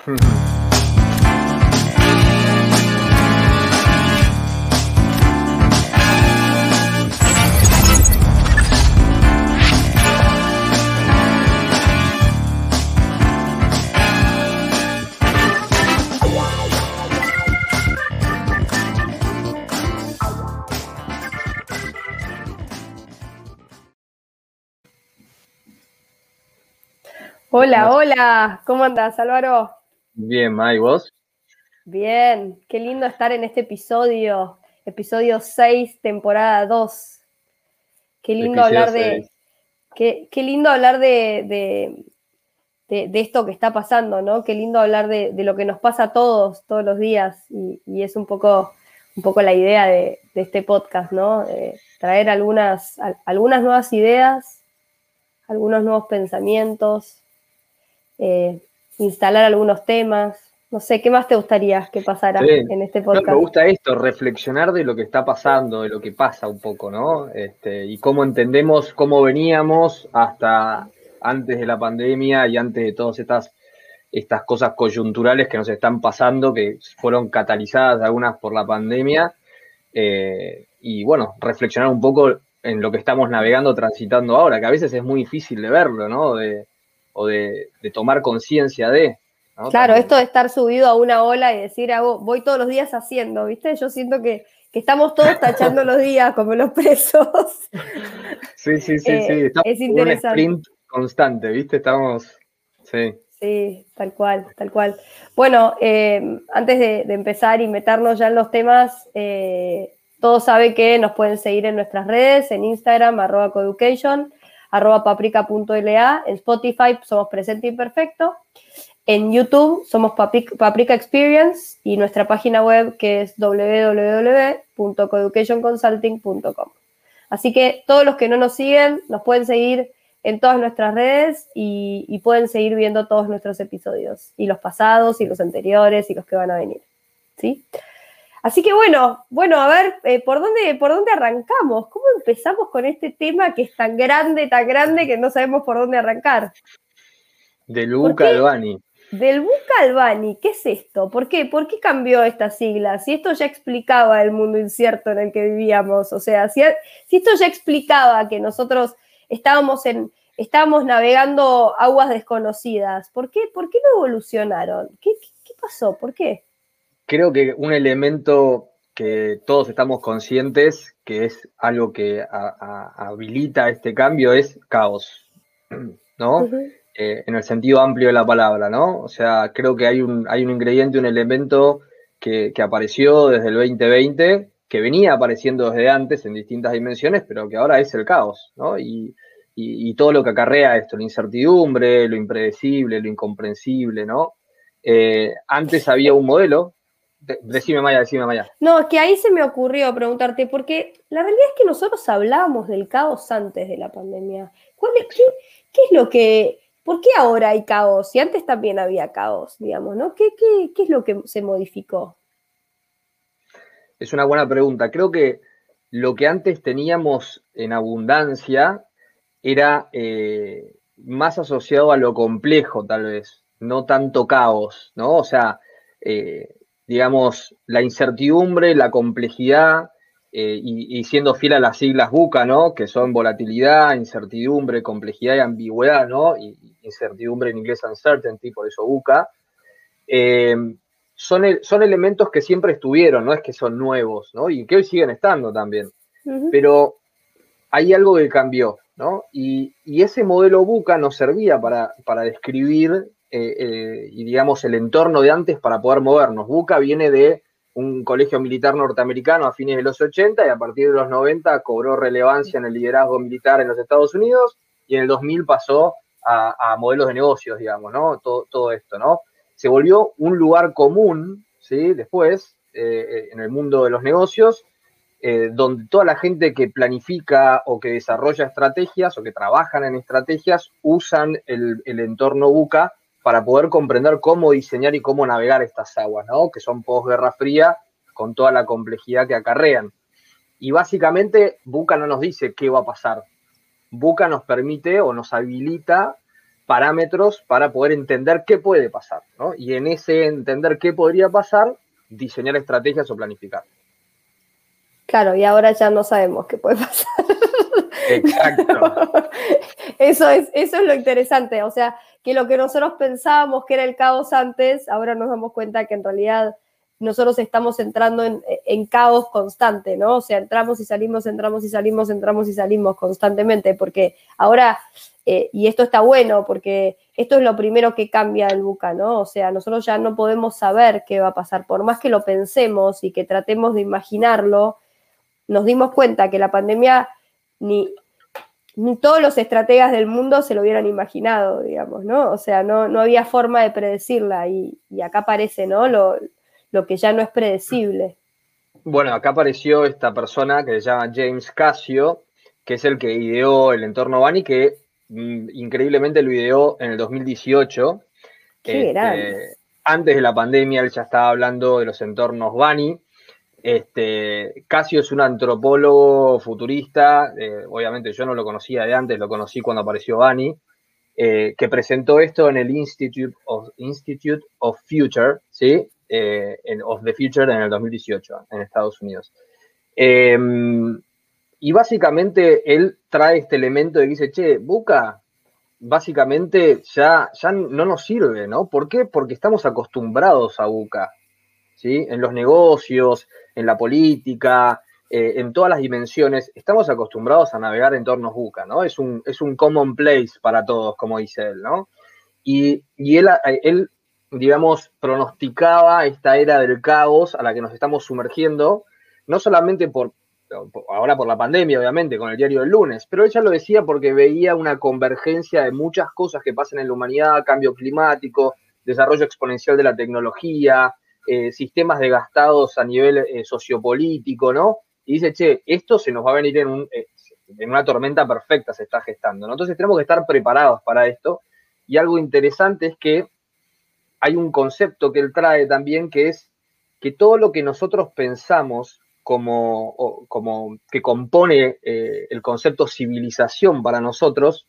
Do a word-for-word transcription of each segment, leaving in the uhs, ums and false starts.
Hola, hola, ¿cómo andás, Álvaro? Bien, Ma, ¿y vos? Bien, qué lindo estar en este episodio, episodio seis, temporada dos. Qué lindo Episodio hablar seis. de, qué, qué lindo hablar de, de, de, de esto que está pasando, ¿no? Qué lindo hablar de, de lo que nos pasa a todos, todos los días, y, y es un poco, un poco la idea de, de este podcast, ¿no? Eh, traer algunas, al, algunas nuevas ideas, algunos nuevos pensamientos, eh, instalar algunos temas. No sé, ¿qué más te gustaría que pasara Sí. en este No, me podcast? gusta esto, reflexionar de lo que está pasando, de lo que pasa un poco, ¿no? Este, y cómo entendemos cómo veníamos hasta antes de la pandemia y antes de todas estas, estas cosas coyunturales que nos están pasando, que fueron catalizadas algunas por la pandemia. Eh, y bueno, reflexionar un poco en lo que estamos navegando, transitando ahora, que a veces es muy difícil de verlo, ¿no? De, o de, de tomar conciencia de, ¿no? Claro, También. esto de estar subido a una ola y decir, hago, voy todos los días haciendo, ¿viste? Yo siento que, que estamos todos tachando los días como los presos. Sí, sí, sí, sí. Eh, Estamos es con un interesante. sprint constante, ¿viste? Estamos. Sí. Sí, tal cual, tal cual. Bueno, eh, antes de, de, empezar y meternos ya en los temas, eh, todos saben que nos pueden seguir en nuestras redes, en Instagram, arroba coeducation, arroba paprika.la, en Spotify somos Presente Imperfecto, en YouTube somos Paprika, Paprika Experience y nuestra página web que es doble u doble u doble u punto coeducation consulting punto com. Así que todos los que no nos siguen nos pueden seguir en todas nuestras redes y, y pueden seguir viendo todos nuestros episodios, y los pasados, y los anteriores, y los que van a venir, ¿sí? Así que bueno, bueno, a ver, eh, ¿por dónde, ¿por dónde arrancamos? ¿Cómo empezamos con este tema que es tan grande, tan grande, que no sabemos por dónde arrancar? De ¿Por Luca qué? Albani. Del Buca al Bani, ¿qué es esto? ¿Por qué? ¿Por qué cambió estas siglas? Si esto ya explicaba el mundo incierto en el que vivíamos, o sea, si, si esto ya explicaba que nosotros estábamos, en, estábamos navegando aguas desconocidas, ¿por qué, ¿por qué no evolucionaron? ¿Qué, qué, qué pasó? ¿Por qué? Creo que un elemento que todos estamos conscientes, que es algo que a, a, habilita este cambio, es caos, ¿no? Uh-huh. Eh, en el sentido amplio de la palabra, ¿no? O sea, creo que hay un, hay un ingrediente, un elemento que, que apareció desde el veinte veinte, que venía apareciendo desde antes en distintas dimensiones, pero que ahora es el caos, ¿no? Y, y, y todo lo que acarrea esto, la incertidumbre, lo impredecible, lo incomprensible, ¿no? Eh, antes había un modelo. De, decime, Maya, decime, Maya. No, es que ahí se me ocurrió preguntarte, porque la realidad es que nosotros hablábamos del caos antes de la pandemia. ¿Cuál es, qué, qué es lo que, por qué ahora hay caos? Si antes también había caos, digamos, ¿no? ¿Qué, qué, qué es lo que se modificó? Es una buena pregunta. Creo que lo que antes teníamos en abundancia era eh, más asociado a lo complejo, tal vez, no tanto caos, ¿no? O sea, eh, digamos, la incertidumbre, la complejidad, eh, y, y siendo fiel a las siglas VUCA, ¿no? Que son volatilidad, incertidumbre, complejidad y ambigüedad, ¿no? Y, incertidumbre en inglés uncertainty, por eso VUCA. Eh, son, son elementos que siempre estuvieron, no es que son nuevos, ¿no? Y que hoy siguen estando también. Uh-huh. Pero hay algo que cambió, ¿no? Y, y ese modelo VUCA nos servía para, para describir, eh, eh, y digamos, el entorno de antes para poder movernos. VUCA viene de un colegio militar norteamericano a fines de los ochenta y a partir de los noventa cobró relevancia en el liderazgo militar en los Estados Unidos y en el dos mil pasó a, a modelos de negocios, digamos, ¿no? Todo, todo esto, ¿no? Se volvió un lugar común, ¿sí? Después, eh, en el mundo de los negocios, Eh, donde toda la gente que planifica o que desarrolla estrategias o que trabajan en estrategias usan el, el entorno VUCA para poder comprender cómo diseñar y cómo navegar estas aguas, ¿no? Que son posguerra fría con toda la complejidad que acarrean. Y básicamente VUCA no nos dice qué va a pasar. VUCA nos permite o nos habilita parámetros para poder entender qué puede pasar, ¿no? Y en ese entender qué podría pasar, diseñar estrategias o planificar. Claro, y ahora ya no sabemos qué puede pasar. Exacto. Eso es, eso es lo interesante, o sea, que lo que nosotros pensábamos que era el caos antes, ahora nos damos cuenta que en realidad nosotros estamos entrando en, en caos constante, ¿no? O sea, entramos y salimos, entramos y salimos, entramos y salimos constantemente, porque ahora, eh, y esto está bueno, porque esto es lo primero que cambia el VUCA, ¿no? O sea, nosotros ya no podemos saber qué va a pasar, por más que lo pensemos y que tratemos de imaginarlo, nos dimos cuenta que la pandemia ni, ni todos los estrategas del mundo se lo hubieran imaginado, digamos, ¿no? O sea, no, no había forma de predecirla y, y acá aparece, ¿no? Lo, lo que ya no es predecible. Bueno, acá apareció esta persona que se llama James Casio, que es el que ideó el entorno Bunny, que mmm, increíblemente lo ideó en el dos mil dieciocho. Qué grande. Este, antes de la pandemia, él ya estaba hablando de los entornos Bunny. Este, Casio es un antropólogo futurista, eh, obviamente yo no lo conocía de antes, lo conocí cuando apareció Bunny, eh, que presentó esto en el Institute of, Institute of Future, ¿sí? Eh, en, of the Future en el dos mil dieciocho en Estados Unidos. Eh, y básicamente él trae este elemento de que dice, che, VUCA básicamente ya, ya no nos sirve, ¿no? ¿Por qué? Porque estamos acostumbrados a VUCA, ¿sí? En los negocios, en la política, eh, en todas las dimensiones, estamos acostumbrados a navegar en entornos VUCA, ¿no? Es un, es un common place para todos, como dice él, ¿no? Y, y él, él, digamos, pronosticaba esta era del caos a la que nos estamos sumergiendo, no solamente por, ahora por la pandemia, obviamente, con el diario del lunes, pero él ya lo decía porque veía una convergencia de muchas cosas que pasan en la humanidad, cambio climático, desarrollo exponencial de la tecnología, eh, sistemas desgastados a nivel eh, sociopolítico, ¿no? Y dice, che, esto se nos va a venir en, un, eh, en una tormenta perfecta, se está gestando, ¿no? Entonces tenemos que estar preparados para esto. Y algo interesante es que hay un concepto que él trae también, que es que todo lo que nosotros pensamos como, como que compone eh, el concepto civilización para nosotros,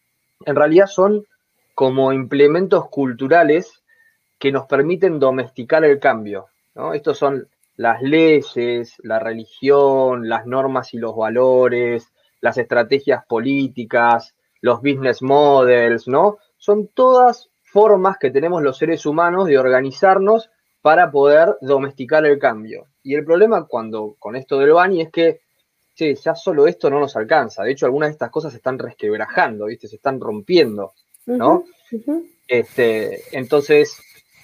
en realidad son como implementos culturales que nos permiten domesticar el cambio, ¿no? Estos son las leyes, la religión, las normas y los valores, las estrategias políticas, los business models, ¿no? Son todas formas que tenemos los seres humanos de organizarnos para poder domesticar el cambio. Y el problema cuando con esto del Bunny es que, che, ya solo esto no nos alcanza. De hecho, algunas de estas cosas se están resquebrajando, ¿viste? Se están rompiendo, ¿no? Uh-huh, uh-huh. Este, entonces,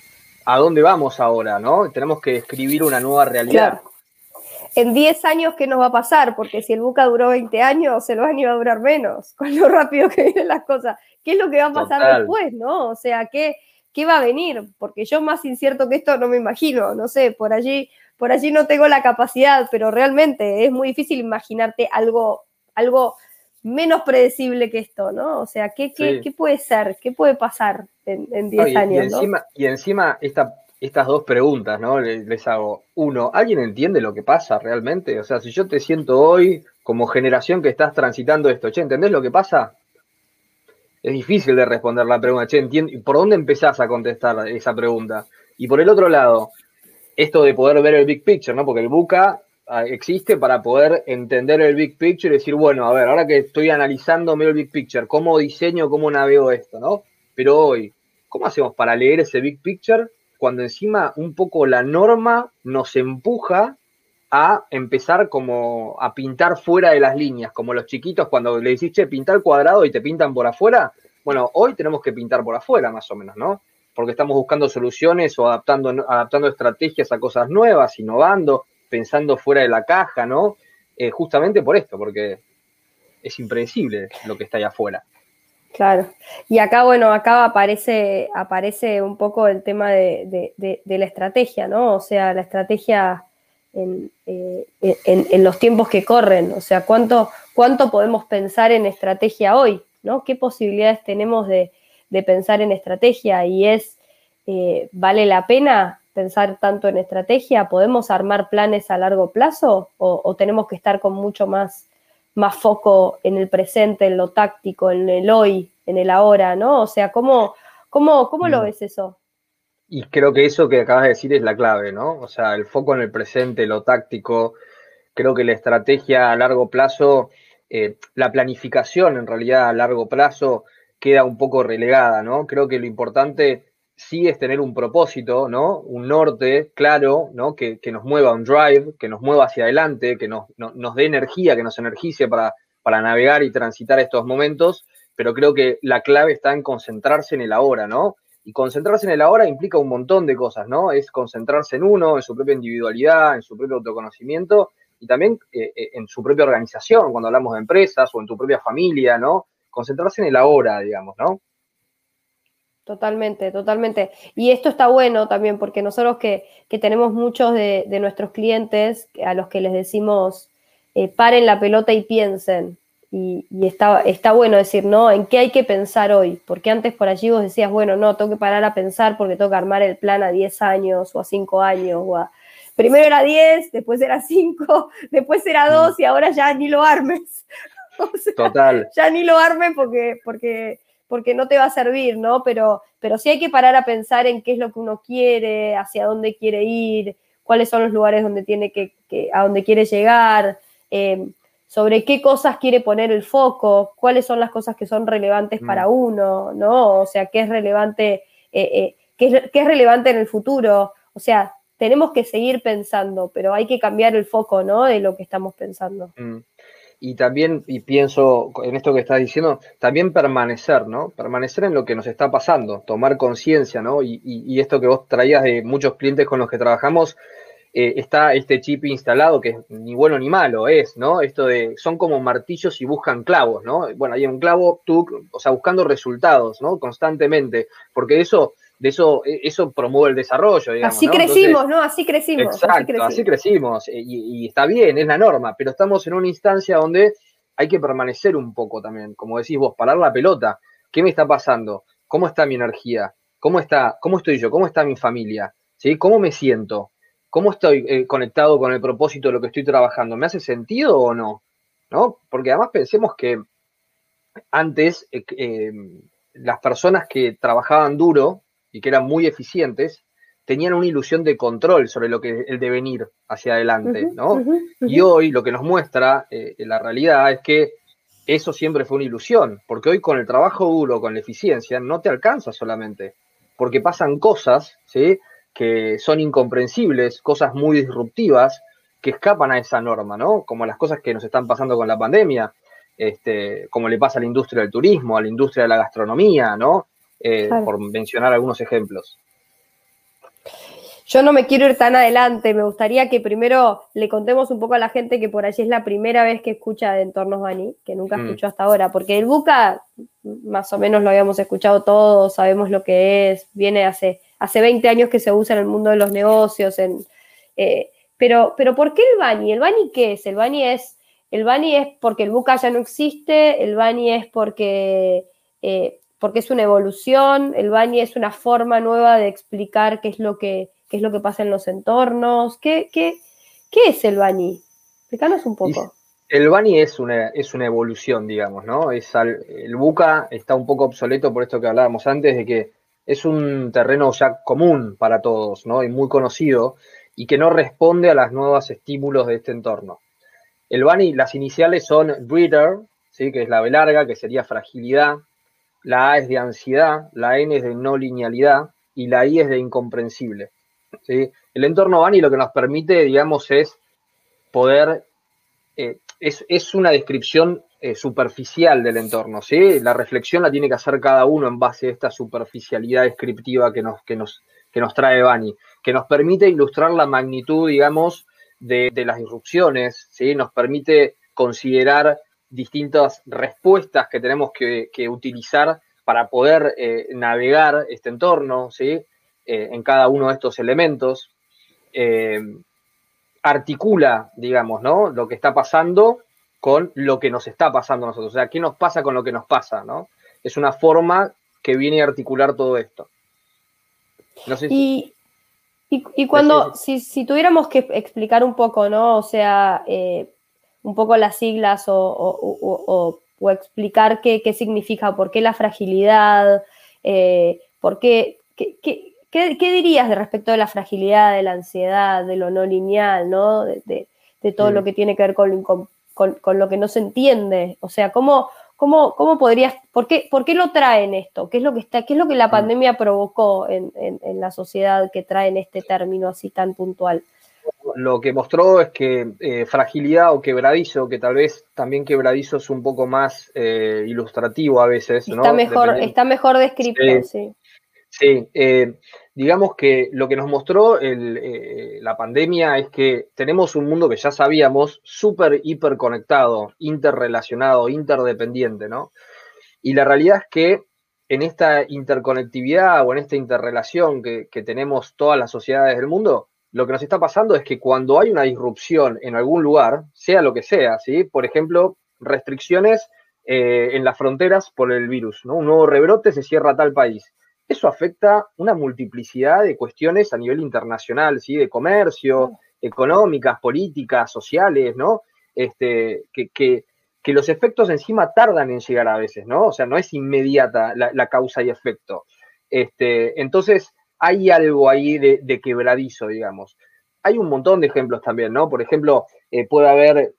¿a dónde vamos ahora, no? Tenemos que escribir una nueva realidad. Claro. En diez años, ¿qué nos va a pasar? Porque si el VUCA duró veinte años, el Bunny va a durar menos, con lo rápido que vienen las cosas. ¿Qué es lo que va a pasar Total. después, no? O sea, ¿qué, ¿qué va a venir? Porque yo más incierto que esto no me imagino, no sé, por allí, por allí no tengo la capacidad, pero realmente es muy difícil imaginarte algo, algo menos predecible que esto, ¿no? O sea, ¿qué, qué, sí. ¿qué puede ser? ¿Qué puede pasar en, en diez no, y, años, y encima, ¿no? Y encima esta, estas dos preguntas, ¿no? Les, les hago. Uno, ¿alguien entiende lo que pasa realmente? O sea, si yo te siento hoy como generación que estás transitando esto, che, ¿entendés lo que pasa? Es difícil de responder la pregunta, che, ¿entiendes? ¿Por dónde empezás a contestar esa pregunta? Y por el otro lado, esto de poder ver el big picture, ¿no? Porque el VUCA existe para poder entender el big picture y decir, bueno, a ver, ahora que estoy analizándome el big picture, ¿cómo diseño, cómo navego esto, no? Pero hoy, ¿cómo hacemos para leer ese big picture cuando encima un poco la norma nos empuja a empezar como a pintar fuera de las líneas, como los chiquitos cuando le decís, che, pintar cuadrado y te pintan por afuera? Bueno, hoy tenemos que pintar por afuera más o menos, ¿no? Porque estamos buscando soluciones o adaptando, adaptando estrategias a cosas nuevas, innovando, pensando fuera de la caja, ¿no? Eh, justamente por esto, porque es impredecible lo que está allá afuera. Claro. Y acá, bueno, acá aparece, aparece un poco el tema de, de, de, de la estrategia, ¿no? O sea, la estrategia en, eh, en, en los tiempos que corren. O sea, ¿cuánto, cuánto podemos pensar en estrategia hoy, ¿no? ¿Qué posibilidades tenemos de, de pensar en estrategia? Y es, eh, ¿vale la pena pensar tanto en estrategia? ¿Podemos armar planes a largo plazo? ¿O, o tenemos que estar con mucho más... más foco en el presente, en lo táctico, en el hoy, en el ahora, ¿no? O sea, ¿cómo, cómo, cómo lo ves eso? Y creo que eso que acabas de decir es la clave, ¿no? O sea, el foco en el presente, lo táctico. Creo que la estrategia a largo plazo, eh, la planificación en realidad a largo plazo queda un poco relegada, ¿no? Creo que lo importante sí es tener un propósito, ¿no? Un norte claro, ¿no? Que, que nos mueva un drive, que nos mueva hacia adelante, que nos, no, nos dé energía, que nos energice para, para navegar y transitar estos momentos, pero creo que la clave está en concentrarse en el ahora, ¿no? Y concentrarse en el ahora implica un montón de cosas, ¿no? Es concentrarse en uno, en su propia individualidad, en su propio autoconocimiento y también eh, en su propia organización, cuando hablamos de empresas o en tu propia familia, ¿no? Concentrarse en el ahora, digamos, ¿no? Totalmente, totalmente. Y esto está bueno también porque nosotros que, que tenemos muchos de, de nuestros clientes a los que les decimos eh, paren la pelota y piensen. Y, y está, está bueno decir, ¿no? ¿En qué hay que pensar hoy? Porque antes por allí vos decías, bueno, no, tengo que parar a pensar porque tengo que armar el plan a diez años o a cinco años. O a... Primero era diez, después era cinco, después era dos mm. y ahora ya ni lo armes. O sea, total. Ya ni lo armes porque... porque porque no te va a servir, ¿no? Pero, pero sí hay que parar a pensar en qué es lo que uno quiere, hacia dónde quiere ir, cuáles son los lugares donde tiene que, que a donde quiere llegar, eh, sobre qué cosas quiere poner el foco, cuáles son las cosas que son relevantes mm. para uno, ¿no? O sea, qué es relevante, eh, eh, qué es, qué es relevante en el futuro. O sea, tenemos que seguir pensando, pero hay que cambiar el foco, ¿no? De lo que estamos pensando. Mm. Y también, y pienso en esto que estás diciendo, también permanecer, ¿no? Permanecer en lo que nos está pasando, tomar conciencia, ¿no? Y, y, y esto que vos traías de muchos clientes con los que trabajamos, eh, está este chip instalado que es ni bueno ni malo, es, ¿no? Esto de, son como martillos y buscan clavos, ¿no? Bueno, hay un clavo, tú, o sea, buscando resultados, ¿no? Constantemente, porque eso, de eso, eso promueve el desarrollo, digamos, Así ¿no? crecimos, Entonces, ¿no? Así crecimos. exacto, así crecimos, así crecimos y, y está bien, es la norma, pero estamos en una instancia donde hay que permanecer un poco también, como decís vos, parar la pelota. ¿Qué me está pasando? ¿Cómo está mi energía? ¿Cómo está, cómo estoy yo? ¿Cómo está mi familia? ¿Sí? ¿Cómo me siento? ¿Cómo estoy eh, conectado con el propósito de lo que estoy trabajando? ¿Me hace sentido o no? ¿No? Porque además pensemos que antes eh, eh, las personas que trabajaban duro y que eran muy eficientes tenían una ilusión de control sobre lo que el devenir hacia adelante, ¿no? Uh-huh, uh-huh. Y hoy lo que nos muestra eh, la realidad es que eso siempre fue una ilusión, porque hoy con el trabajo duro, con la eficiencia, no te alcanza solamente, porque pasan cosas, ¿sí? Que son incomprensibles, cosas muy disruptivas, que escapan a esa norma, ¿no? Como las cosas que nos están pasando con la pandemia, este, como le pasa a la industria del turismo, a la industria de la gastronomía, ¿no? Eh, claro. Por mencionar algunos ejemplos. Yo no me quiero ir tan adelante, me gustaría que primero le contemos un poco a la gente que por allí es la primera vez que escucha de Entornos Bani, que nunca mm. escuchó hasta ahora, porque el Buca más o menos lo habíamos escuchado todos, sabemos lo que es, viene hace, hace veinte años que se usa en el mundo de los negocios, en, eh, pero, pero ¿por qué el Bani? ¿El Bani qué es? El Bani es, el Bani es porque el Buca ya no existe, el Bani es porque... Eh, porque es una evolución, el Bani es una forma nueva de explicar qué es lo que, qué es lo que pasa en los entornos. ¿Qué, qué, qué es el Bani? Explícanos un poco. El Bani es una, es una evolución, digamos, ¿no? Es al, el Buca está un poco obsoleto por esto que hablábamos antes, de que es un terreno ya común para todos, ¿no? Y muy conocido, y que no responde a los nuevos estímulos de este entorno. El Bani, las iniciales son breather, ¿sí? Que es la B larga, que sería fragilidad. La A es de ansiedad, la N es de no linealidad y la I es de incomprensible. ¿Sí? El entorno Bani lo que nos permite, digamos, es poder, eh, es, es una descripción eh, superficial del entorno. ¿Sí? La reflexión la tiene que hacer cada uno en base a esta superficialidad descriptiva que nos, que nos, que nos trae Bani, que nos permite ilustrar la magnitud, digamos, de, de las disrupciones, ¿sí? Nos permite considerar distintas respuestas que tenemos que, que utilizar para poder eh, navegar este entorno, ¿sí? Eh, en cada uno de estos elementos. Eh, articula, digamos, ¿no? Lo que está pasando con lo que nos está pasando a nosotros. O sea, ¿qué nos pasa con lo que nos pasa, ¿no? Es una forma que viene a articular todo esto. No sé si... Y, y, y cuando, si, si tuviéramos que explicar un poco, ¿no? O sea, eh, un poco las siglas o, o, o, o o explicar qué, qué significa, por qué la fragilidad, eh, por qué, qué, qué, qué, qué dirías de respecto de la fragilidad, de la ansiedad, de lo no lineal, ¿no? De, de, de todo mm. lo que tiene que ver con, con, con, con lo que no se entiende. O sea, ¿cómo, cómo, cómo podrías, por qué, por qué lo traen esto? ¿Qué es lo que está, qué es lo que la pandemia provocó en, en, en la sociedad que traen este término así tan puntual? Lo que mostró es que eh, fragilidad o quebradizo, que tal vez también quebradizo es un poco más eh, ilustrativo a veces, está ¿no? Mejor, Dependiendo. está mejor descrito, sí. sí. Sí, eh, digamos que lo que nos mostró el, eh, la pandemia es que tenemos un mundo que ya sabíamos súper hiperconectado, interrelacionado, interdependiente, ¿no? Y la realidad es que en esta interconectividad o en esta interrelación que, que tenemos todas las sociedades del mundo, lo que nos está pasando es que cuando hay una disrupción en algún lugar, sea lo que sea, ¿sí? Por ejemplo, restricciones eh, en las fronteras por el virus, ¿no? Un nuevo rebrote, se cierra tal país. Eso afecta una multiplicidad de cuestiones a nivel internacional, ¿sí? De comercio, económicas, políticas, sociales, ¿no? Este, que, que, que los efectos encima tardan en llegar a veces, ¿no? O sea, no es inmediata la, la causa y efecto. Este, entonces, hay algo ahí de, de quebradizo, digamos. Hay un montón de ejemplos también, ¿no? Por ejemplo, eh, puede haber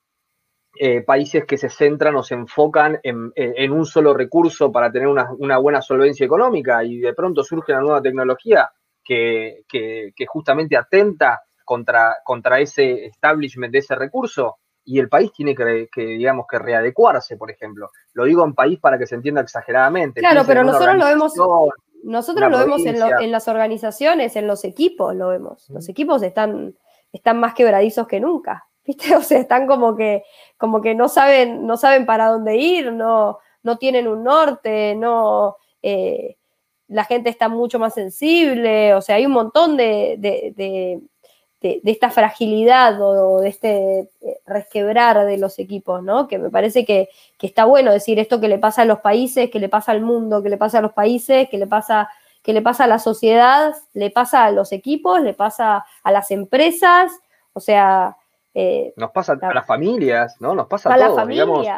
eh, países que se centran o se enfocan en, en, en un solo recurso para tener una, una, buena solvencia económica y de pronto surge una nueva tecnología que, que, que justamente atenta contra, contra ese establishment de ese recurso y el país tiene que, que, digamos, que readecuarse, por ejemplo. Lo digo en país para que se entienda exageradamente. Claro, pero nosotros lo vemos... Nosotros lo vemos en, lo, en las organizaciones, en los equipos lo vemos. Los equipos están, están más quebradizos que nunca, ¿viste? O sea, están como que, como que no saben, no saben para dónde ir, no, no tienen un norte, no, eh, la gente está mucho más sensible, o sea, hay un montón de, de, de, de, de esta fragilidad o de este resquebrar de los equipos, ¿no? Que me parece que, que está bueno decir esto que le pasa a los países, que le pasa al mundo, que le pasa a los países, que le pasa, que le pasa a la sociedad, le pasa a los equipos, le pasa a las empresas, o sea... Eh, nos pasa la, a las familias, ¿no? Nos pasa a, a todos, las familias, digamos.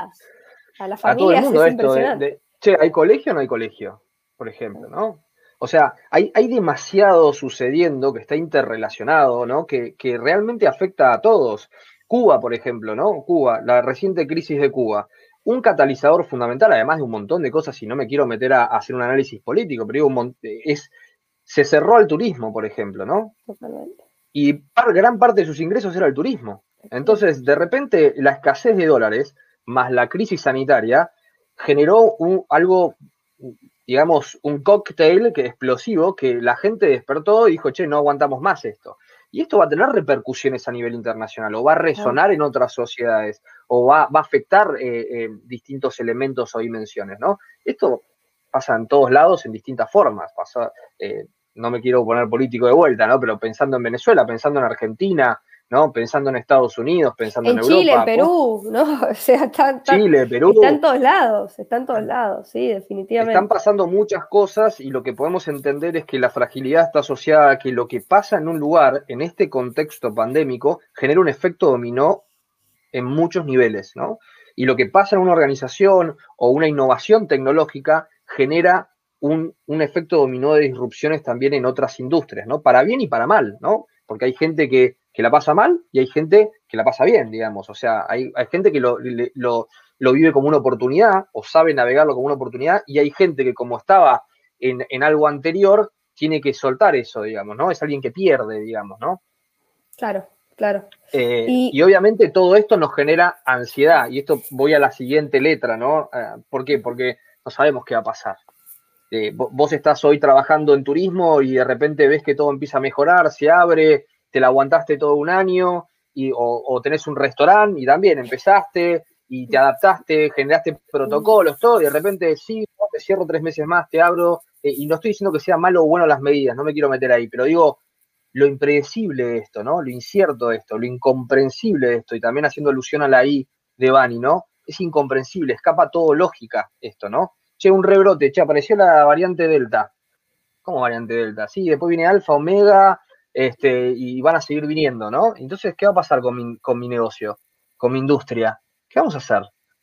A las familias a todo el mundo es esto de, de, che, ¿hay colegio o no hay colegio? Por ejemplo, ¿no? O sea, hay, hay demasiado sucediendo que está interrelacionado, ¿no? Que, que realmente afecta a todos. Cuba, por ejemplo, ¿no? Cuba, la reciente crisis de Cuba. Un catalizador fundamental, además de un montón de cosas, y no me quiero meter a, a hacer un análisis político, pero digo, es, se cerró al turismo, por ejemplo, ¿no? Totalmente. Y par, gran parte de sus ingresos era el turismo. Entonces, de repente, la escasez de dólares, más la crisis sanitaria, generó un, algo, digamos, un cóctel que, explosivo que la gente despertó y dijo, che, no aguantamos más esto. Y esto va a tener repercusiones a nivel internacional, o va a resonar en otras sociedades, o va, va a afectar eh, eh, distintos elementos o dimensiones, ¿no? Esto pasa en todos lados en distintas formas. Pasa, eh, no me quiero poner político de vuelta, ¿no? Pero pensando en Venezuela, pensando en Argentina, ¿no? Pensando en Estados Unidos, pensando en, en Europa. Chile, en Perú, ¿no? O sea, está, está, Chile, Perú. Está en todos lados, está en todos lados, sí, definitivamente. Están pasando muchas cosas y lo que podemos entender es que la fragilidad está asociada a que lo que pasa en un lugar, en este contexto pandémico, genera un efecto dominó en muchos niveles, ¿no? Y lo que pasa en una organización o una innovación tecnológica genera un, un efecto dominó de disrupciones también en otras industrias, ¿no? Para bien y para mal, ¿no? Porque hay gente que, que la pasa mal y hay gente que la pasa bien, digamos. O sea, hay, hay gente que lo, lo, lo vive como una oportunidad o sabe navegarlo como una oportunidad y hay gente que como estaba en, en algo anterior tiene que soltar eso, digamos, ¿no? Es alguien que pierde, digamos, ¿no? Claro, claro. Eh, y, y obviamente todo esto nos genera ansiedad, y esto voy a la siguiente letra, ¿no? Eh, ¿Por qué? Porque no sabemos qué va a pasar. Eh, vos estás hoy trabajando en turismo y de repente ves que todo empieza a mejorar, se abre, te la aguantaste todo un año, y, o, o tenés un restaurante y también empezaste y te adaptaste, generaste protocolos, todo, y de repente sí, te cierro tres meses más, te abro, eh, y no estoy diciendo que sea malo o bueno las medidas, no me quiero meter ahí, pero digo, lo impredecible de esto, ¿no? Lo incierto de esto, lo incomprensible de esto, y también haciendo alusión a la I de Bani, ¿no? Es incomprensible, escapa todo lógica esto, ¿no? Che, un rebrote, che, apareció la variante Delta. ¿Cómo variante Delta? Sí, después viene Alfa, Omega, este, y van a seguir viniendo, ¿no? Entonces, ¿qué va a pasar con mi, con mi negocio, con mi industria? ¿Qué vamos a hacer?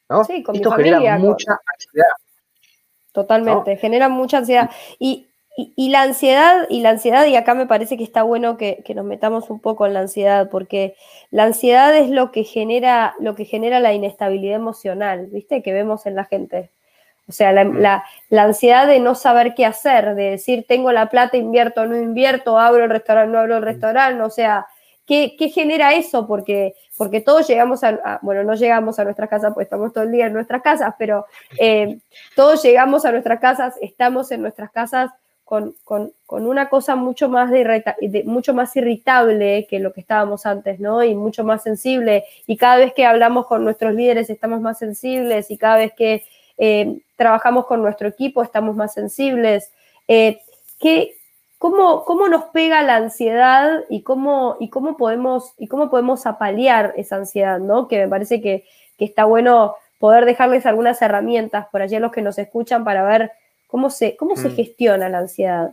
¿no? Sí, con mi Esto genera familia. mucha Con... ansiedad. Totalmente, ¿No? genera mucha ansiedad. Y, y, y la ansiedad, y la ansiedad, y acá me parece que está bueno que, que nos metamos un poco en la ansiedad, porque la ansiedad es lo que genera, lo que genera la inestabilidad emocional, ¿viste? Que vemos en la gente. O sea, la, Mm. la, la ansiedad de no saber qué hacer, de decir, tengo la plata, invierto, no invierto, abro el restaurante, no abro el restaurante, o sea, ¿qué, qué genera eso? Porque, porque todos llegamos a, a, bueno, no llegamos a nuestras casas, pues estamos todo el día en nuestras casas, pero eh, todos llegamos a nuestras casas, estamos en nuestras casas con, con, con una cosa mucho más, de, de, mucho más irritable que lo que estábamos antes, ¿no? Y mucho más sensible, y cada vez que hablamos con nuestros líderes estamos más sensibles, y cada vez que eh, trabajamos con nuestro equipo estamos más sensibles. Eh, ¿qué, cómo, ¿Cómo nos pega la ansiedad y cómo, y cómo, podemos, y cómo podemos apalear esa ansiedad, ¿no? Que me parece que, que está bueno poder dejarles algunas herramientas por allí a los que nos escuchan para ver cómo se, cómo se gestiona la ansiedad.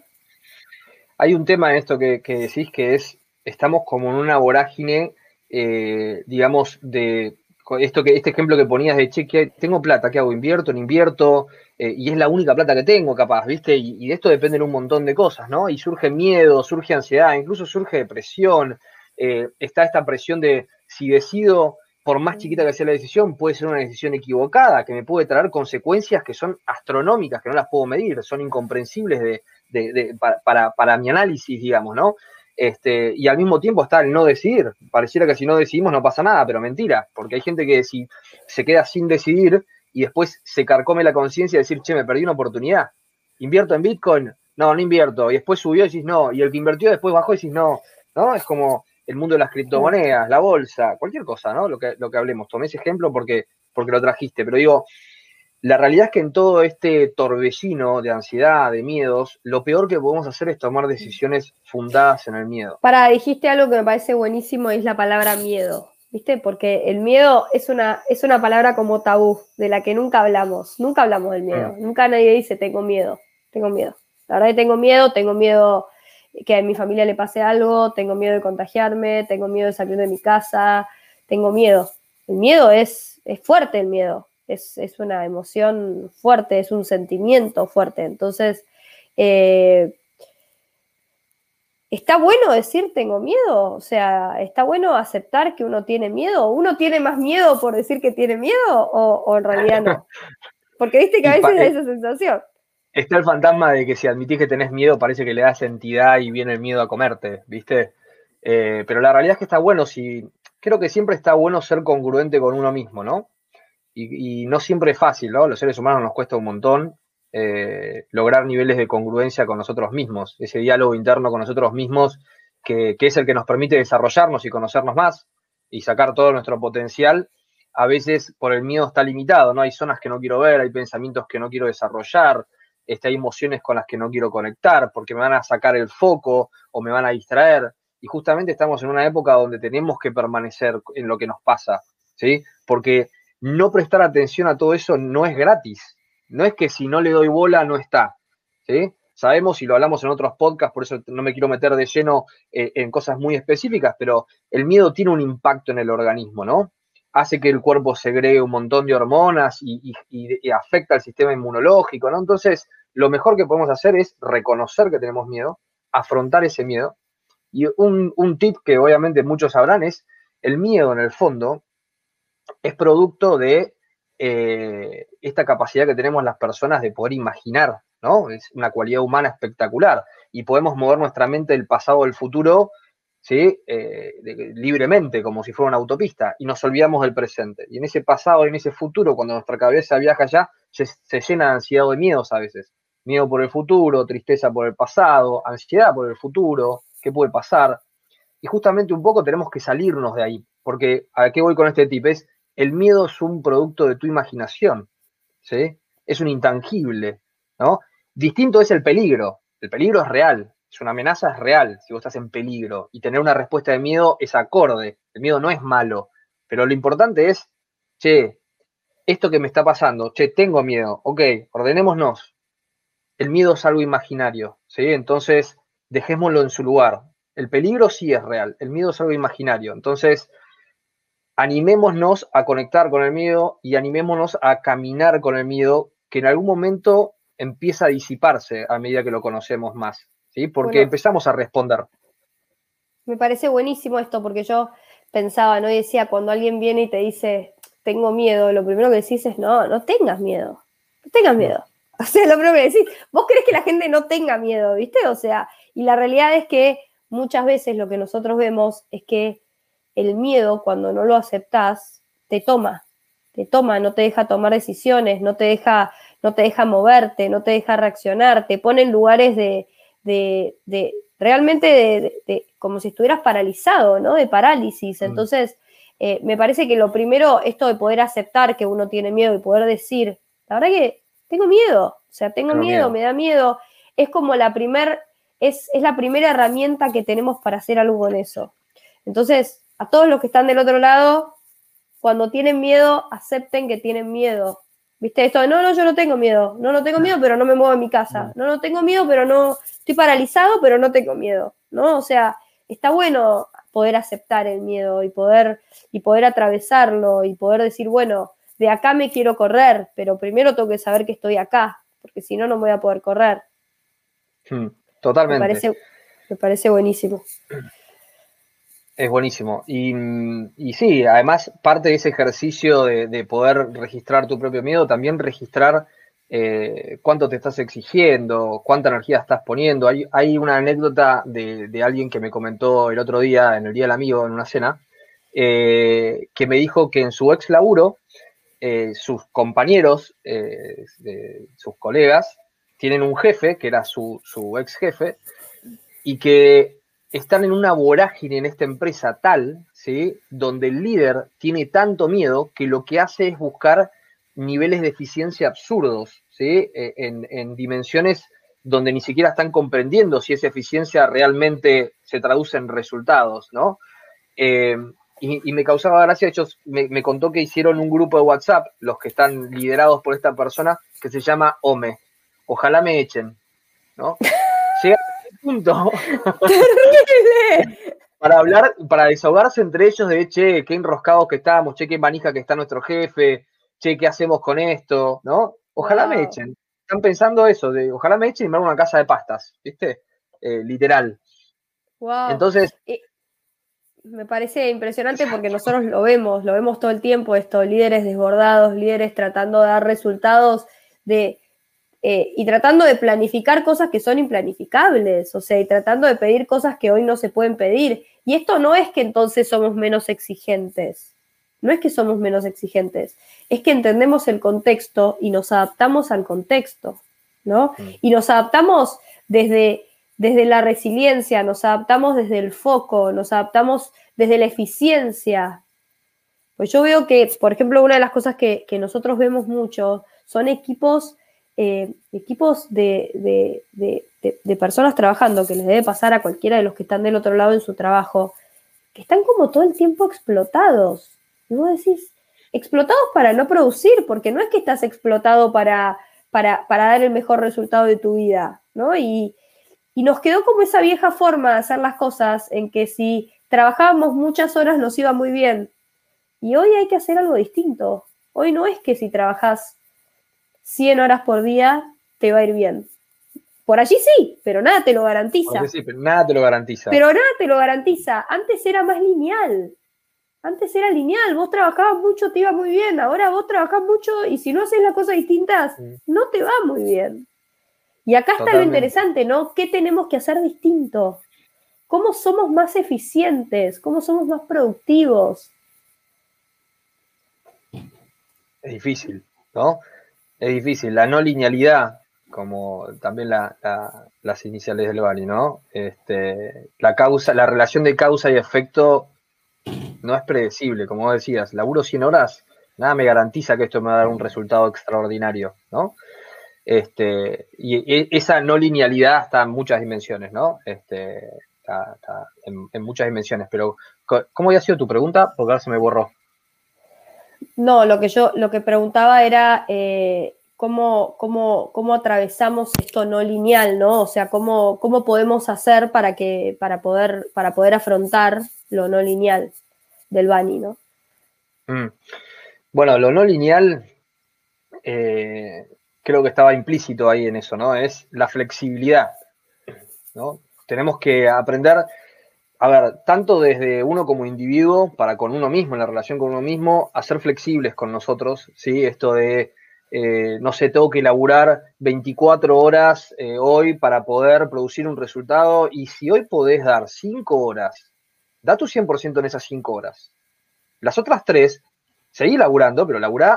Hay un tema en esto que, que decís que es, estamos como en una vorágine, eh, digamos, de esto que, este ejemplo que ponías de, che, ¿qué, tengo plata, ¿qué hago? ¿Invierto, no invierto? Eh, y es la única plata que tengo, capaz, ¿viste? Y, y de esto dependen un montón de cosas, ¿no? Y surge miedo, surge ansiedad, incluso surge depresión, eh, está esta presión de si decido, por más chiquita que sea la decisión, puede ser una decisión equivocada, que me puede traer consecuencias que son astronómicas, que no las puedo medir, son incomprensibles de, de, de, para, para mi análisis, digamos, ¿no? Este, y al mismo tiempo está el no decidir. Pareciera que si no decidimos no pasa nada, pero mentira, porque hay gente que si se queda sin decidir y después se carcome la conciencia de decir, che, me perdí una oportunidad. ¿Invierto en Bitcoin? No, no invierto. Y después subió y decís no. Y el que invirtió después bajó y decís no. ¿No? Es como el mundo de las criptomonedas, la bolsa, cualquier cosa, ¿no? Lo que, lo que hablemos. Tomé ese ejemplo porque, porque lo trajiste, pero digo, la realidad es que en todo este torbellino de ansiedad, de miedos, lo peor que podemos hacer es tomar decisiones fundadas en el miedo. Para, dijiste algo que me parece buenísimo, es la palabra miedo, ¿viste? Porque el miedo es una, es una palabra como tabú, de la que nunca hablamos, nunca hablamos del miedo, mm. nunca nadie dice tengo miedo, tengo miedo. La verdad que tengo miedo, tengo miedo que a mi familia le pase algo, tengo miedo de contagiarme, tengo miedo de salir de mi casa, tengo miedo. El miedo es, es fuerte, el miedo, es, es una emoción fuerte, es un sentimiento fuerte. Entonces, eh, ¿está bueno decir tengo miedo? O sea, ¿está bueno aceptar que uno tiene miedo? ¿Uno tiene más miedo por decir que tiene miedo o, o en realidad no? Porque viste que a veces da esa sensación. Está el fantasma de que si admitís que tenés miedo parece que le das entidad y viene el miedo a comerte, ¿viste? Eh, pero la realidad es que está bueno, si creo que siempre está bueno ser congruente con uno mismo, ¿no? Y, y no siempre es fácil, ¿no? Los seres humanos nos cuesta un montón eh, lograr niveles de congruencia con nosotros mismos, ese diálogo interno con nosotros mismos que, que es el que nos permite desarrollarnos y conocernos más y sacar todo nuestro potencial. A veces por el miedo está limitado, ¿no? Hay zonas que no quiero ver, hay pensamientos que no quiero desarrollar, este, hay emociones con las que no quiero conectar porque me van a sacar el foco o me van a distraer. Y justamente estamos en una época donde tenemos que permanecer en lo que nos pasa, ¿sí? Porque no prestar atención a todo eso no es gratis. No es que si no le doy bola no está, ¿sí? Sabemos y lo hablamos en otros podcasts, por eso no me quiero meter de lleno eh, en cosas muy específicas, pero el miedo tiene un impacto en el organismo, ¿no? Hace que el cuerpo segregue un montón de hormonas y, y, y afecta al sistema inmunológico, ¿no? Entonces, lo mejor que podemos hacer es reconocer que tenemos miedo, afrontar ese miedo. Y un, un tip que obviamente muchos sabrán es, el miedo en el fondo es producto de eh, esta capacidad que tenemos las personas de poder imaginar, ¿no? Es una cualidad humana espectacular y podemos mover nuestra mente del pasado al futuro, ¿sí? Eh, de, libremente, como si fuera una autopista, y nos olvidamos del presente. Y en ese pasado y en ese futuro, cuando nuestra cabeza viaja allá, se, se llena de ansiedad o de miedos a veces. Miedo por el futuro, tristeza por el pasado, ansiedad por el futuro, ¿qué puede pasar? Y justamente un poco tenemos que salirnos de ahí, porque ¿a qué voy con este tip? Es, el miedo es un producto de tu imaginación, ¿sí? Es un intangible, ¿no? Distinto es el peligro. El peligro es real, es una amenaza, es real, si vos estás en peligro. Y tener una respuesta de miedo es acorde. El miedo no es malo. Pero lo importante es, che, esto que me está pasando, che, tengo miedo, ok, ordenémonos. El miedo es algo imaginario, ¿sí? Entonces, dejémoslo en su lugar. El peligro sí es real, el miedo es algo imaginario. Entonces, animémonos a conectar con el miedo y animémonos a caminar con el miedo, que en algún momento empieza a disiparse a medida que lo conocemos más, ¿sí? Porque Bueno, empezamos a responder. me parece buenísimo esto, porque yo pensaba, ¿no? Y decía, cuando alguien viene y te dice, tengo miedo, lo primero que decís es, no, no tengas miedo, no tengas miedo. O sea, lo primero que decís, vos querés que la gente no tenga miedo, ¿viste? O sea, y la realidad es que muchas veces lo que nosotros vemos es que el miedo, cuando no lo aceptás, te toma, te toma, no te deja tomar decisiones, no te deja, no te deja moverte, no te deja reaccionar, te pone en lugares de, de, de realmente de, de, de, como si estuvieras paralizado, ¿no? De parálisis. Entonces, eh, me parece que lo primero, esto de poder aceptar que uno tiene miedo y poder decir, la verdad que tengo miedo, o sea, tengo, tengo miedo, miedo, me da miedo, es como la primer, es, es la primera herramienta que tenemos para hacer algo con eso. Entonces, a todos los que están del otro lado, cuando tienen miedo, acepten que tienen miedo. ¿Viste? Esto de, no, no, yo no tengo miedo. No, no tengo miedo, pero no me muevo en mi casa. No, no tengo miedo, pero no, estoy paralizado, pero no tengo miedo, ¿no? O sea, está bueno poder aceptar el miedo y poder, y poder atravesarlo y poder decir, bueno, de acá me quiero correr, pero primero tengo que saber que estoy acá, porque si no, no me voy a poder correr. Totalmente. Me parece, me parece buenísimo. Es buenísimo. Y, y sí, además, parte de ese ejercicio de, de poder registrar tu propio miedo, también registrar eh, cuánto te estás exigiendo, cuánta energía estás poniendo. Hay, hay una anécdota de, de alguien que me comentó el otro día, en el Día del Amigo, en una cena, eh, que me dijo que en su ex laburo, eh, sus compañeros, eh, de, sus colegas, tienen un jefe, que era su, su ex jefe, y que están en una vorágine en esta empresa tal, ¿sí? Donde el líder tiene tanto miedo que lo que hace es buscar niveles de eficiencia absurdos, ¿sí? En, en dimensiones donde ni siquiera están comprendiendo si esa eficiencia realmente se traduce en resultados, ¿no? Eh, y, y me causaba gracia, ellos me, me contó que hicieron un grupo de WhatsApp, los que están liderados por esta persona, que se llama OME. Ojalá me echen, ¿no? Llega a ese punto para hablar, para desahogarse entre ellos de, che, qué enroscados que estamos, che, qué manija que está nuestro jefe, che, qué hacemos con esto, ¿no? Ojalá wow. me echen. Están pensando eso, de ojalá me echen y me hagan una casa de pastas, ¿viste? Eh, literal. Wow. Entonces... Eh, me parece impresionante porque nosotros lo vemos, lo vemos todo el tiempo, esto, líderes desbordados, líderes tratando de dar resultados de... Eh, y tratando de planificar cosas que son implanificables, o sea, y tratando de pedir cosas que hoy no se pueden pedir. Y esto no es que entonces somos menos exigentes, no es que somos menos exigentes, es que entendemos el contexto y nos adaptamos al contexto, ¿no? Mm. Y nos adaptamos desde, desde la resiliencia, nos adaptamos desde el foco, nos adaptamos desde la eficiencia. Pues yo veo que, por ejemplo, una de las cosas que, que nosotros vemos mucho son equipos... Eh, equipos de, de, de, de, de personas trabajando, que les debe pasar a cualquiera de los que están del otro lado en su trabajo, que están como todo el tiempo explotados. Y vos decís, explotados para no producir, porque no es que estás explotado para, para, para dar el mejor resultado de tu vida, ¿no? Y, y nos quedó como esa vieja forma de hacer las cosas, en que si trabajábamos muchas horas nos iba muy bien. Y hoy hay que hacer algo distinto. Hoy no es que si trabajás cien horas por día te va a ir bien. Por allí sí, pero nada te lo garantiza. Sí, pero nada te lo garantiza. Pero nada te lo garantiza. Antes era más lineal. Antes era lineal. Vos trabajabas mucho, te iba muy bien. Ahora vos trabajás mucho y si no haces las cosas distintas, sí. no te va muy bien. Y acá Totalmente. Está lo interesante, ¿no? ¿Qué tenemos que hacer distinto? ¿Cómo somos más eficientes? ¿Cómo somos más productivos? Es difícil, ¿no? Es difícil, la no linealidad, como también la, la, las iniciales del Bali, ¿no? Este, la causa, la relación de causa y efecto no es predecible, como vos decías, laburo cien horas, nada me garantiza que esto me va a dar un resultado extraordinario, ¿no? Este, y esa no linealidad está en muchas dimensiones, ¿no? Este, está, está en, en muchas dimensiones, pero ¿cómo había sido tu pregunta? Porque ahora se me borró. No, lo que yo, lo que preguntaba era eh, cómo, cómo, cómo atravesamos esto no lineal, ¿no? O sea, cómo, cómo podemos hacer para que, para poder, para poder afrontar lo no lineal del Bani, ¿no? Mm. Bueno, lo no lineal eh, creo que estaba implícito ahí en eso, ¿no? Es la flexibilidad, ¿no? Tenemos que aprender, a ver, tanto desde uno como individuo, para con uno mismo, en la relación con uno mismo, a ser flexibles con nosotros, ¿sí? Esto de, eh, no sé, tengo que laburar veinticuatro horas eh, hoy para poder producir un resultado, y si hoy podés dar cinco horas, da tu cien por ciento en esas cinco horas. Las otras tres, seguí laburando, pero laburá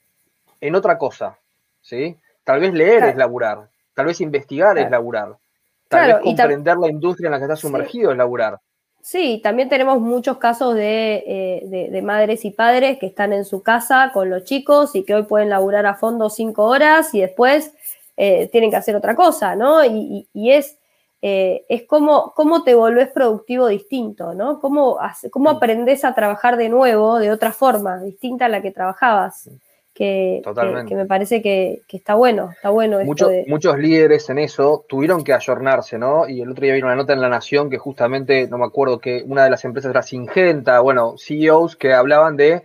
en otra cosa, ¿sí? Tal vez leer es Claro, laburar, tal vez investigar es claro. laburar, tal vez Claro, y tam- comprender la industria en la que estás sí, sumergido es laburar. sí, también tenemos muchos casos de, eh, de, de madres y padres que están en su casa con los chicos y que hoy pueden laburar a fondo cinco horas y después eh, tienen que hacer otra cosa, ¿no? Y, y, y es, eh, es como, cómo te volvés productivo distinto, ¿no? Cómo, hace- cómo Mm, aprendés a trabajar de nuevo de otra forma, distinta a la que trabajabas, que, que, que me totalmente. parece que, que está bueno, está bueno esto Mucho, de... muchos líderes en eso tuvieron que ayornarse, ¿no? Y el otro día vino una nota en La Nación que justamente, no me acuerdo, que una de las empresas era Syngenta, bueno, C E Os que hablaban de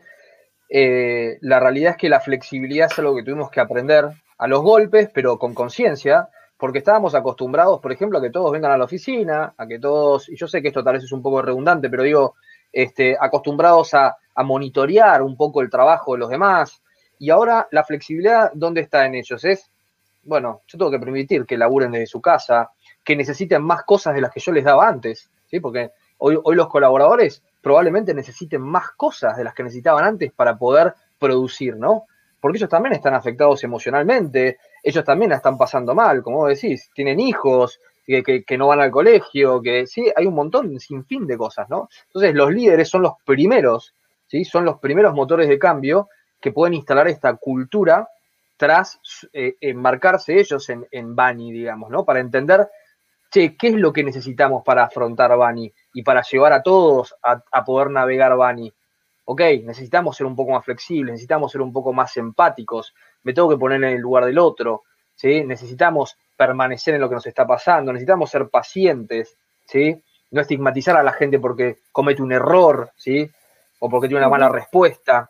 eh, la realidad es que la flexibilidad es algo que tuvimos que aprender a los golpes, pero con conciencia, porque estábamos acostumbrados, por ejemplo, a que todos vengan a la oficina, a que todos, y yo sé que esto tal vez es un poco redundante, pero digo, este, acostumbrados a, a monitorear un poco el trabajo de los demás. Y ahora la flexibilidad, ¿dónde está en ellos? Es, bueno, yo tengo que permitir que laburen desde su casa, que necesiten más cosas de las que yo les daba antes, ¿sí? Porque hoy, hoy los colaboradores probablemente necesiten más cosas de las que necesitaban antes para poder producir, ¿no? Porque ellos también están afectados emocionalmente, ellos también la están pasando mal, como vos decís, tienen hijos que, que, que no van al colegio, que sí, hay un montón, sin fin de cosas, ¿no? Entonces los líderes son los primeros, ¿sí? Son los primeros motores de cambio que pueden instalar esta cultura tras eh, enmarcarse ellos en, en Bani, digamos, ¿no? Para entender, che, ¿qué es lo que necesitamos para afrontar Bani y para llevar a todos a, a poder navegar Bani? Ok, necesitamos ser un poco más flexibles, necesitamos ser un poco más empáticos, me tengo que poner en el lugar del otro, ¿sí? Necesitamos permanecer en lo que nos está pasando, necesitamos ser pacientes, ¿sí? No estigmatizar a la gente porque comete un error, ¿sí? O porque tiene una mala Ujú. respuesta.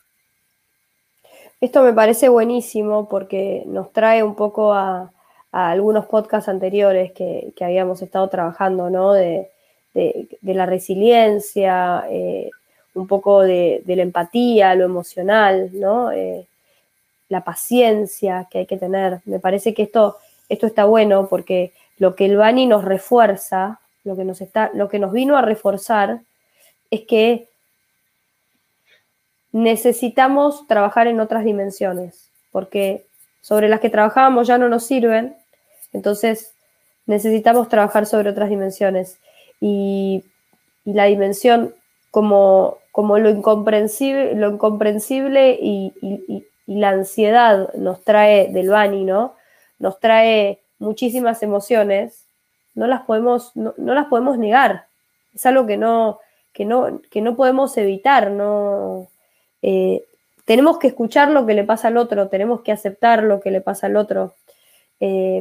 Esto me parece buenísimo porque nos trae un poco a, a algunos podcasts anteriores que, que, habíamos estado trabajando, ¿no? De, de, de la resiliencia, eh, un poco de, de, la empatía, lo emocional, ¿no? Eh, la paciencia que hay que tener. Me parece que esto, esto está bueno porque lo que el Bani nos refuerza, lo que nos, está, lo que nos vino a reforzar es que necesitamos trabajar en otras dimensiones, porque sobre las que trabajábamos ya no nos sirven, entonces necesitamos trabajar sobre otras dimensiones. Y, y la dimensión como, como lo incomprensible, lo incomprensible y, y, y, la ansiedad nos trae del Bani, ¿no? Nos trae muchísimas emociones, no las podemos, no, no las podemos negar. Es algo que no, que no, que no podemos evitar, no, eh, tenemos que escuchar lo que le pasa al otro, tenemos que aceptar lo que le pasa al otro. Eh,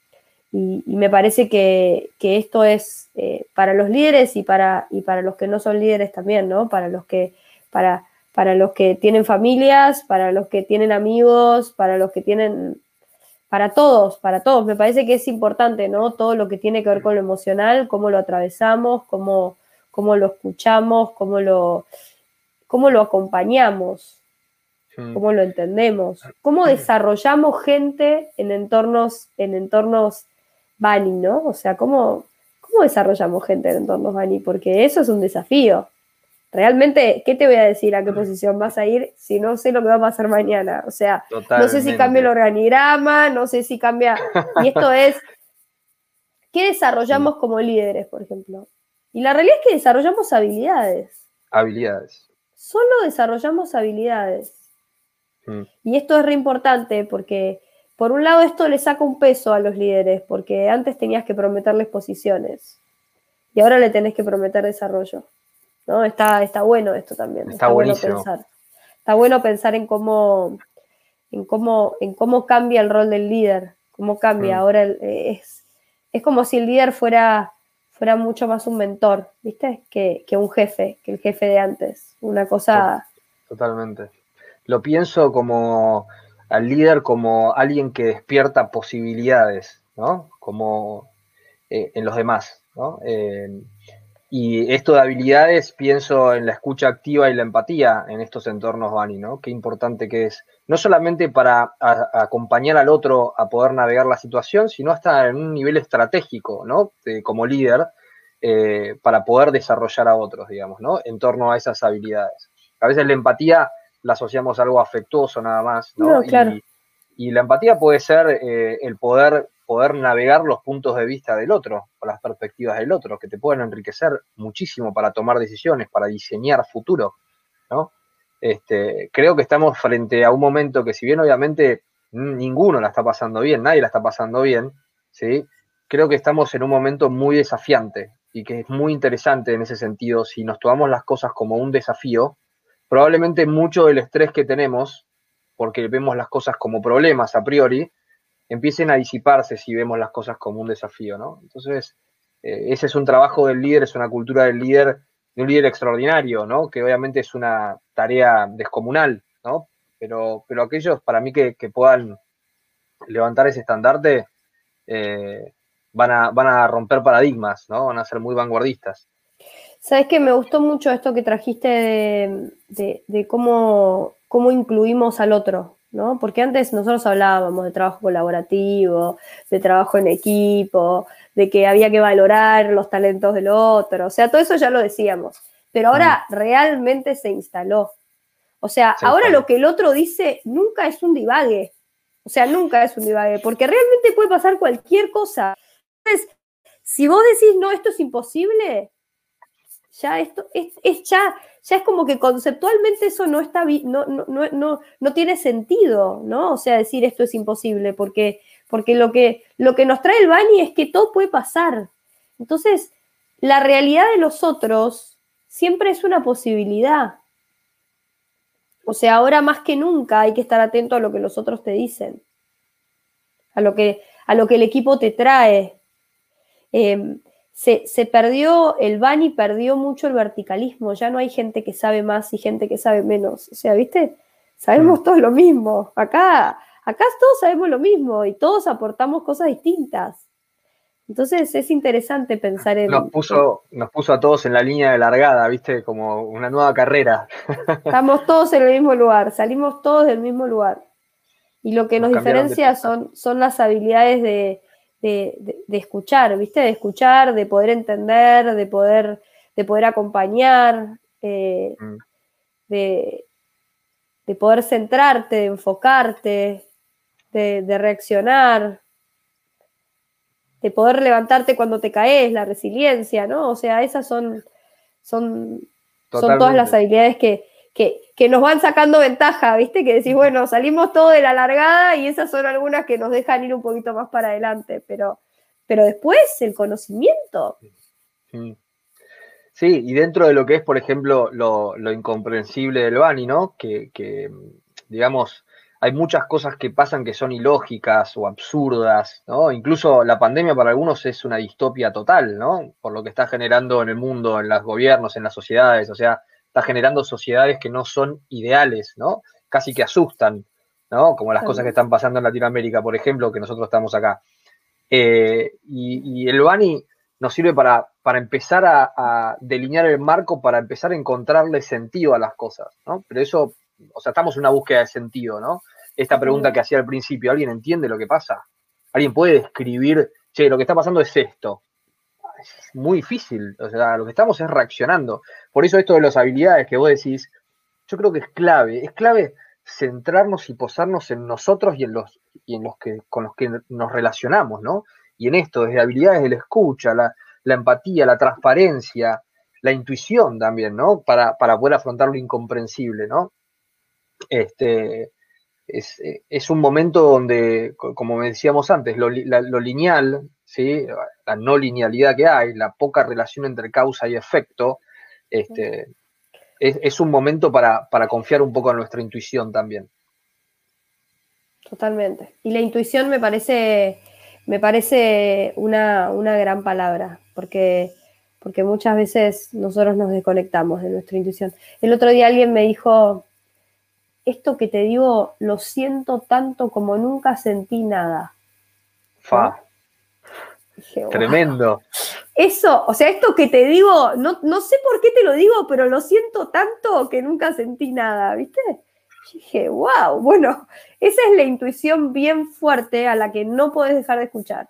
y, y, me parece que, que esto es eh, para los líderes y para, y para los que no son líderes también, ¿no? Para los que, para, para los que tienen familias, para los que tienen amigos, para los que tienen, para todos, para todos. Me parece que es importante, ¿no? Todo lo que tiene que ver con lo emocional, cómo lo atravesamos, cómo, cómo lo escuchamos, cómo lo, cómo lo acompañamos, cómo lo entendemos, cómo desarrollamos gente en entornos, en entornos Bani, ¿no? O sea, cómo, cómo desarrollamos gente en entornos Bani, porque eso es un desafío. Realmente, ¿qué te voy a decir a qué posición vas a ir si no sé lo que va a pasar mañana? O sea, no sé si cambia el Totalmente. organigrama, no sé si cambia... Y esto es, ¿qué desarrollamos como líderes, por ejemplo? Y la realidad es que desarrollamos habilidades. Habilidades. Solo desarrollamos habilidades. Mm. Y esto es re importante porque, por un lado, esto le saca un peso a los líderes, porque antes tenías que prometerles posiciones y ahora le tenés que prometer desarrollo, ¿no? Está, está bueno esto también, Está está bueno buenísimo. pensar. Está bueno pensar en cómo, en cómo, en cómo cambia el rol del líder, cómo cambia. Mm. Ahora el, es, es como si el líder fuera, fuera mucho más un mentor, ¿viste? Que, que un jefe, que el jefe de antes. Una cosa totalmente. Lo pienso como al líder como alguien que despierta posibilidades, ¿no? Como eh, en los demás, ¿no? Eh, y esto de habilidades, pienso en la escucha activa y la empatía en estos entornos, Vani, ¿no? Qué importante que es, no solamente para a, a acompañar al otro a poder navegar la situación, sino hasta en un nivel estratégico, ¿no? De, como líder, eh, para poder desarrollar a otros, digamos, ¿no? En torno a esas habilidades. A veces la empatía la asociamos a algo afectuoso nada más, ¿no? No, claro. Y, y la empatía puede ser eh, el poder, poder navegar los puntos de vista del otro, o las perspectivas del otro, que te pueden enriquecer muchísimo para tomar decisiones, para diseñar futuro, ¿no? Este, creo que estamos frente a un momento que, si bien obviamente ninguno la está pasando bien, nadie la está pasando bien, ¿sí? Creo que estamos en un momento muy desafiante y que es muy interesante en ese sentido. Si nos tomamos las cosas como un desafío, probablemente mucho del estrés que tenemos, porque vemos las cosas como problemas a priori, empiecen a disiparse si vemos las cosas como un desafío, ¿no? Entonces, eh, ese es un trabajo del líder, es una cultura del líder, de un líder extraordinario, ¿no? Que obviamente es una tarea descomunal, ¿no? Pero, pero aquellos, para mí, que, que puedan levantar ese estandarte, eh, van, a, van a romper paradigmas, ¿no? Van a ser muy vanguardistas. Sabes que me gustó mucho esto que trajiste de, de, de cómo, cómo incluimos al otro, ¿no? Porque antes nosotros hablábamos de trabajo colaborativo, de trabajo en equipo, de que había que valorar los talentos del otro, o sea, todo eso ya lo decíamos, pero ahora mm. realmente se instaló. O sea, se ahora instaló. Lo que el otro dice nunca es un divague, o sea, nunca es un divague, porque realmente puede pasar cualquier cosa. Entonces, si vos decís, no, esto es imposible, ya esto es, es ya, ya es como que conceptualmente eso no está no, no, no, no, no tiene sentido, ¿no? O sea, decir esto es imposible, porque, porque lo, que, lo que nos trae el Bani es que todo puede pasar. Entonces, la realidad de los otros siempre es una posibilidad. O sea, ahora más que nunca hay que estar atento a lo que los otros te dicen, a lo que, a lo que el equipo te trae. Eh, Se, se perdió, el Bani perdió mucho el verticalismo, ya no hay gente que sabe más y gente que sabe menos, o sea, ¿viste? Sabemos mm. todos lo mismo, acá, acá todos sabemos lo mismo y todos aportamos cosas distintas. Entonces es interesante pensar en... Nos puso, en, nos puso a todos en la línea de largada, ¿viste? Como una nueva carrera. Estamos todos en el mismo lugar, salimos todos del mismo lugar. Y lo que nos, nos diferencia son, son las habilidades de... De, de, de escuchar, ¿viste? De escuchar, de poder entender, de poder, de poder acompañar, eh, mm. de, de poder centrarte, de enfocarte, de, de reaccionar, de poder levantarte cuando te caes, la resiliencia, ¿no? O sea, esas son, son, son todas las habilidades que, que, que nos van sacando ventaja, ¿viste? Que decís, bueno, salimos todos de la largada y esas son algunas que nos dejan ir un poquito más para adelante, pero, pero después el conocimiento. Sí, y dentro de lo que es, por ejemplo, lo, lo incomprensible del Bani, ¿no? Que, que, digamos, hay muchas cosas que pasan que son ilógicas o absurdas, ¿no? Incluso la pandemia para algunos es una distopia total, ¿no? Por lo que está generando en el mundo, en los gobiernos, en las sociedades, o sea, está generando sociedades que no son ideales, ¿no? Casi que asustan, ¿no? Como las sí. cosas que están pasando en Latinoamérica, por ejemplo, que nosotros estamos acá. Eh, y, y el Bani nos sirve para, para empezar a, a delinear el marco, para empezar a encontrarle sentido a las cosas, ¿no? Pero eso, o sea, estamos en una búsqueda de sentido, ¿no? Esta pregunta que hacía al principio, ¿alguien entiende lo que pasa? ¿Alguien puede describir, che, lo que está pasando es esto? Es muy difícil, o sea, lo que estamos es reaccionando. Por eso esto de las habilidades que vos decís, yo creo que es clave, es clave centrarnos y posarnos en nosotros y en los, y en los que, con los que nos relacionamos, ¿no? Y en esto, desde habilidades de la escucha, la, la empatía, la transparencia, la intuición también, ¿no? Para, para poder afrontar lo incomprensible, ¿no? Este, es, es un momento donde, como decíamos antes, lo, la, lo lineal, ¿sí? La no linealidad que hay, la poca relación entre causa y efecto, este, es, es un momento para, para confiar un poco en nuestra intuición también. Totalmente. Y la intuición me parece, me parece una, una gran palabra, porque, porque muchas veces nosotros nos desconectamos de nuestra intuición. El otro día alguien me dijo, esto que te digo, lo siento tanto como nunca sentí nada. Fa. ¿No? Dije, Tremendo. Wow. Eso, o sea, esto que te digo, no, no sé por qué te lo digo, pero lo siento tanto que nunca sentí nada, ¿viste? Y dije, wow, bueno, esa es la intuición bien fuerte a la que no podés dejar de escuchar.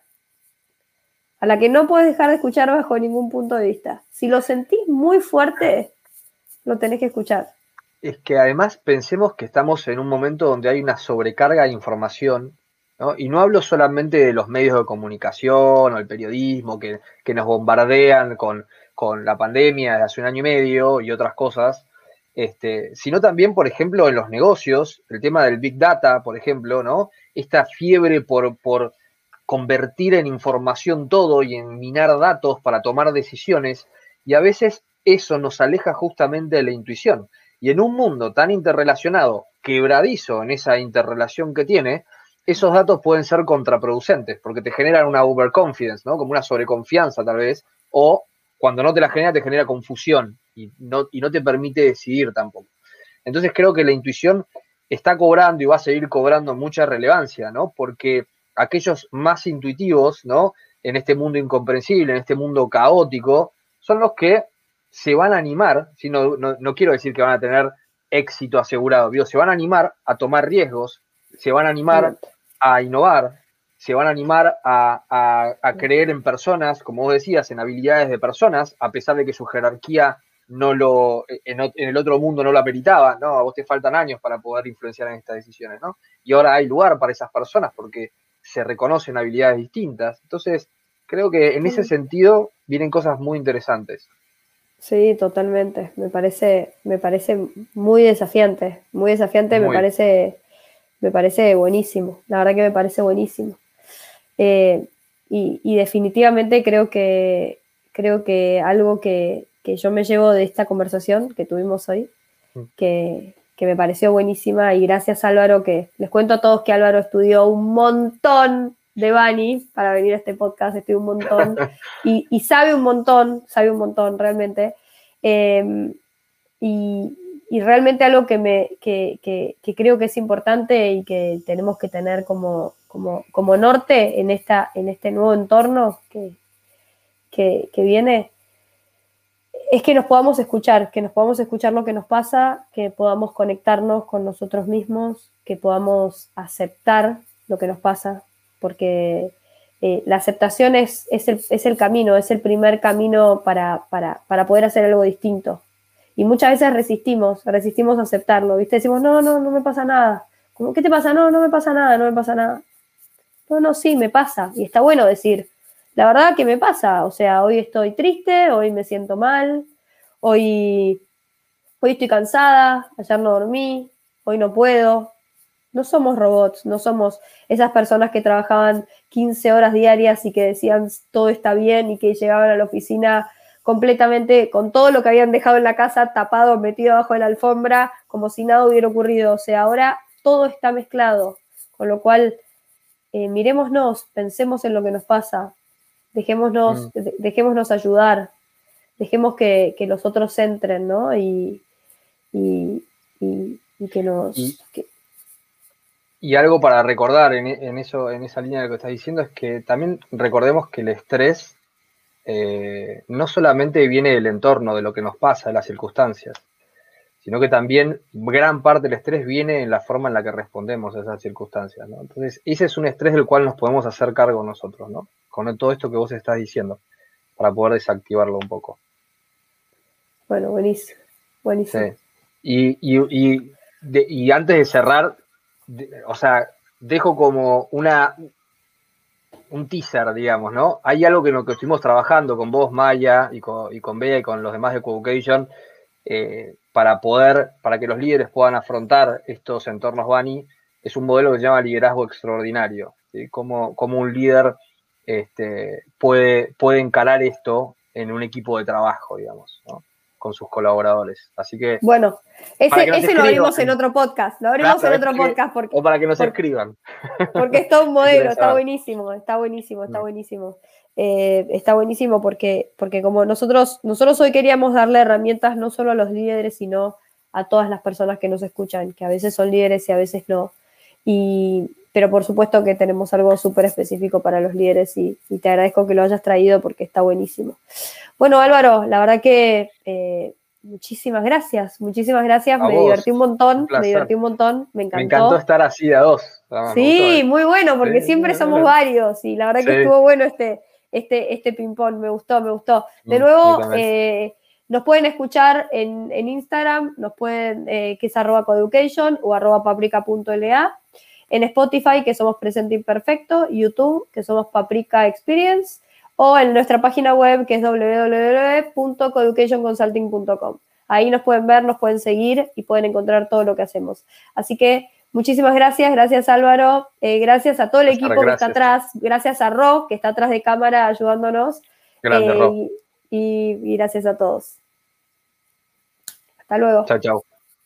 A la que no podés dejar de escuchar bajo ningún punto de vista. Si lo sentís muy fuerte, lo tenés que escuchar. Es que además pensemos que estamos en un momento donde hay una sobrecarga de información, ¿no? Y no hablo solamente de los medios de comunicación o el periodismo que, que nos bombardean con, con la pandemia desde hace un año y medio y otras cosas, este, sino también, por ejemplo, en los negocios, el tema del Big Data, por ejemplo, ¿no? Esta fiebre por, por convertir en información todo y en minar datos para tomar decisiones, y a veces eso nos aleja justamente de la intuición. Y en un mundo tan interrelacionado, quebradizo en esa interrelación que tiene, esos datos pueden ser contraproducentes, porque te generan una overconfidence, ¿no? Como una sobreconfianza tal vez, o cuando no te la genera, te genera confusión y no, y no te permite decidir tampoco. Entonces creo que la intuición está cobrando y va a seguir cobrando mucha relevancia, ¿no? Porque aquellos más intuitivos, ¿no? En este mundo incomprensible, en este mundo caótico, son los que se van a animar, ¿sí? no, no, no quiero decir que van a tener éxito asegurado, digo, se van a animar a tomar riesgos, se van a animar a innovar, se van a animar a, a, a creer en personas, como vos decías, en habilidades de personas, a pesar de que su jerarquía no lo, en, en el otro mundo no lo ameritaba, ¿no? A vos te faltan años para poder influenciar en estas decisiones, ¿no? Y ahora hay lugar para esas personas porque se reconocen habilidades distintas. Entonces, creo que en ese sentido vienen cosas muy interesantes. Sí, totalmente. Me parece, me parece muy desafiante, muy desafiante, muy. me parece, me parece buenísimo. La verdad que me parece buenísimo. Eh, y, y definitivamente creo que creo que algo que, que yo me llevo de esta conversación que tuvimos hoy, que, que me pareció buenísima, y gracias Álvaro, que les cuento a todos que Álvaro estudió un montón de Bani para venir a este podcast, estudió un montón y, y sabe un montón, sabe un montón realmente. Eh, y, y realmente algo que, me, que, que, que creo que es importante y que tenemos que tener como, como, como norte en, esta, en este nuevo entorno que, que, que viene, es que nos podamos escuchar, que nos podamos escuchar lo que nos pasa, que podamos conectarnos con nosotros mismos, que podamos aceptar lo que nos pasa, porque eh, la aceptación es, es, el, es el camino, es el primer camino para, para, para poder hacer algo distinto. Y muchas veces resistimos, resistimos a aceptarlo, ¿viste? Decimos, no, no, no me pasa nada. ¿Cómo, ¿qué te pasa? No, no me pasa nada, no me pasa nada. No, no, sí, me pasa. Y está bueno decir, la verdad que me pasa. O sea, hoy estoy triste, hoy me siento mal, hoy, hoy estoy cansada, ayer no dormí, hoy no puedo. No somos robots, no somos esas personas que trabajaban quince horas diarias y que decían todo está bien y que llegaban a la oficina completamente con todo lo que habían dejado en la casa tapado, metido abajo de la alfombra, como si nada hubiera ocurrido. O sea, ahora todo está mezclado, con lo cual eh, mirémonos, pensemos en lo que nos pasa, dejémonos, mm. de, dejémonos ayudar, dejemos que, que los otros entren, ¿no? Y, y, y, y que nos... Y, que... y algo para recordar en, en, eso, en esa línea de lo que estás diciendo es que también recordemos que el estrés Eh, no solamente viene del entorno, de lo que nos pasa, de las circunstancias, sino que también gran parte del estrés viene en la forma en la que respondemos a esas circunstancias, ¿no? Entonces, ese es un estrés del cual nos podemos hacer cargo nosotros, ¿no? Con todo esto que vos estás diciendo, para poder desactivarlo un poco. Bueno, buenísimo, buenísimo. Sí. Y, y, y, de, y antes de cerrar, de, o sea, dejo como una... un teaser, digamos, ¿no? Hay algo que en lo que estuvimos trabajando con vos, Maya, y con, y con Bea y con los demás de Coeducation, eh, para poder, para que los líderes puedan afrontar estos entornos Bani, es un modelo que se llama liderazgo extraordinario, ¿sí? Cómo, cómo un líder este, puede, puede encarar esto en un equipo de trabajo, digamos, ¿no? Con sus colaboradores. Así que... Bueno, ese, ese lo abrimos en otro podcast, lo abrimos claro, en otro podcast. Que, porque, o para que nos porque, escriban. Porque es todo un modelo, está buenísimo, está buenísimo, está buenísimo. Eh, está buenísimo porque, porque como nosotros, nosotros hoy queríamos darle herramientas no solo a los líderes, sino a todas las personas que nos escuchan, que a veces son líderes y a veces no. Y, pero por supuesto que tenemos algo súper específico para los líderes y, y te agradezco que lo hayas traído porque está buenísimo. Bueno, Álvaro, la verdad que eh, muchísimas gracias, muchísimas gracias, A me vos, divertí un montón, un placer. me divertí un montón, me encantó. Me encantó estar así de a dos. Sí, muy bueno, porque Sí, siempre sí, somos sí. varios y la verdad Sí. que estuvo bueno este, este, este ping-pong, me gustó, me gustó. De Mm, nuevo, yo también. eh, nos pueden escuchar en, en Instagram, nos pueden, eh, que es arroba coeducation o arroba paprika.la, en Spotify, que somos Presente Imperfecto, YouTube, que somos Paprika Experience, o en nuestra página web, que es doble u doble u doble u punto coeducation consulting punto com. Ahí nos pueden ver, nos pueden seguir y pueden encontrar todo lo que hacemos. Así que muchísimas gracias, gracias Álvaro, eh, gracias a todo el Gracias, equipo que está gracias. atrás, gracias a Ro, que está atrás de cámara ayudándonos. Grande, eh, Ro. y, y, y gracias a todos. Hasta luego. Chao, chao.